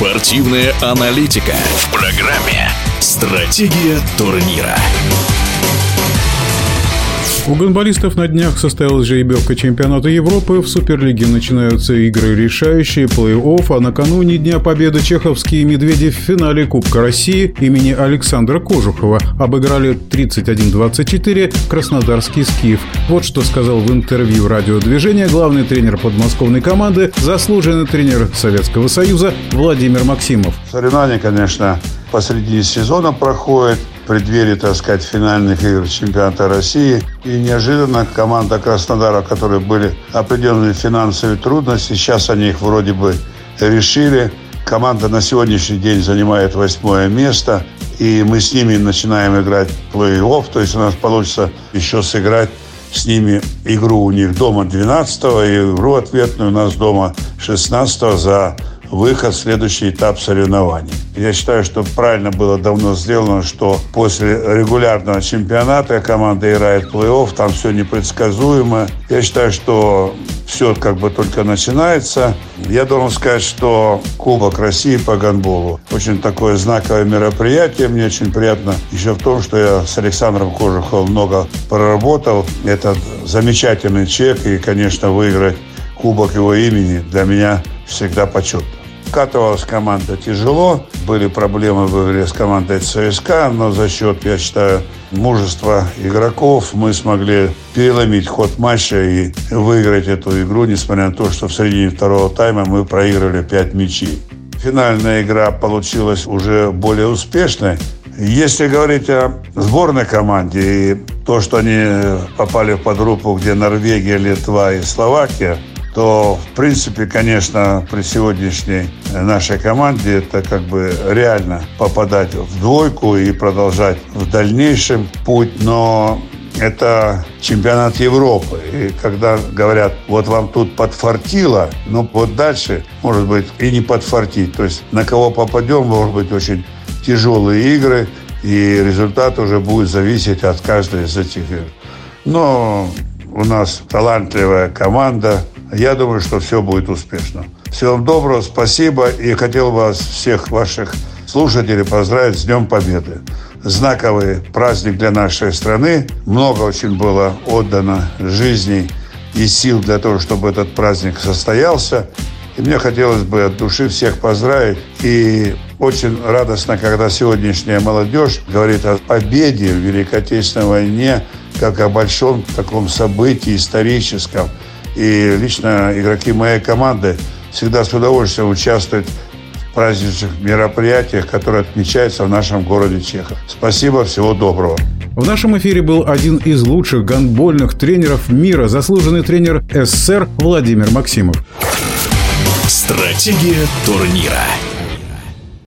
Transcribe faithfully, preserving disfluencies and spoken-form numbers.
Спортивная аналитика в программе «Стратегия турнира». У гандболистов на днях состоялась жеребьевка чемпионата Европы. В Суперлиге начинаются игры решающие, плей-офф, а накануне Дня Победы чеховские «Медведи» в финале Кубка России имени Александра Кожухова обыграли тридцать один двадцать четыре краснодарский «Скиф». Вот что сказал в интервью «Радиодвижения» главный тренер подмосковной команды, заслуженный тренер Советского Союза Владимир Максимов. Соревнования, конечно, посредине сезона проходят, в преддверии, так сказать, финальных игр чемпионата России. И неожиданно команда Краснодара, у которой были определенные финансовые трудности, сейчас они их вроде бы решили. Команда на сегодняшний день занимает восьмое место, и мы с ними начинаем играть плей-офф, то есть у нас получится еще сыграть с ними игру у них дома двенадцатого, и игру ответную у нас дома шестнадцатого за выход в следующий этап соревнований. Я считаю, что правильно было давно сделано, что после регулярного чемпионата команда играет плей-офф, там все непредсказуемо. Я считаю, что все как бы только начинается. Я должен сказать, что Кубок России по гандболу очень такое знаковое мероприятие. Мне очень приятно еще в том, что я с Александром Кожуховым много проработал. Это замечательный человек, и, конечно, выиграть кубок его имени для меня всегда почетно. Катывалась команда тяжело, были проблемы в игре с командой ЦСКА, но за счет, я считаю, мужества игроков мы смогли переломить ход матча и выиграть эту игру, несмотря на то, что в середине второго тайма мы проиграли пять мячей. Финальная игра получилась уже более успешной. Если говорить о сборной команде и то, что они попали в подгруппу, где Норвегия, Литва и Словакия, то, в принципе, конечно, при сегодняшней нашей команде это как бы реально попадать в двойку и продолжать в дальнейшем путь. Но это чемпионат Европы. И когда говорят, вот вам тут подфартило, ну вот дальше, может быть, и не подфартить. То есть на кого попадем, может быть, очень тяжелые игры, и результат уже будет зависеть от каждой из этих игр. Но у нас талантливая команда. Я думаю, что все будет успешно. Всего вам доброго, спасибо. И хотел бы вас, всех ваших слушателей, поздравить с Днем Победы. Знаковый праздник для нашей страны. Много очень было отдано жизней и сил для того, чтобы этот праздник состоялся. И мне хотелось бы от души всех поздравить. И очень радостно, когда сегодняшняя молодежь говорит о победе в Великой Отечественной войне, как о большом таком событии историческом. И лично игроки моей команды всегда с удовольствием участвуют в праздничных мероприятиях, которые отмечаются в нашем городе Чехов. Спасибо, всего доброго. В нашем эфире был один из лучших гандбольных тренеров мира, заслуженный тренер СССР Владимир Максимов. Стратегия турнира.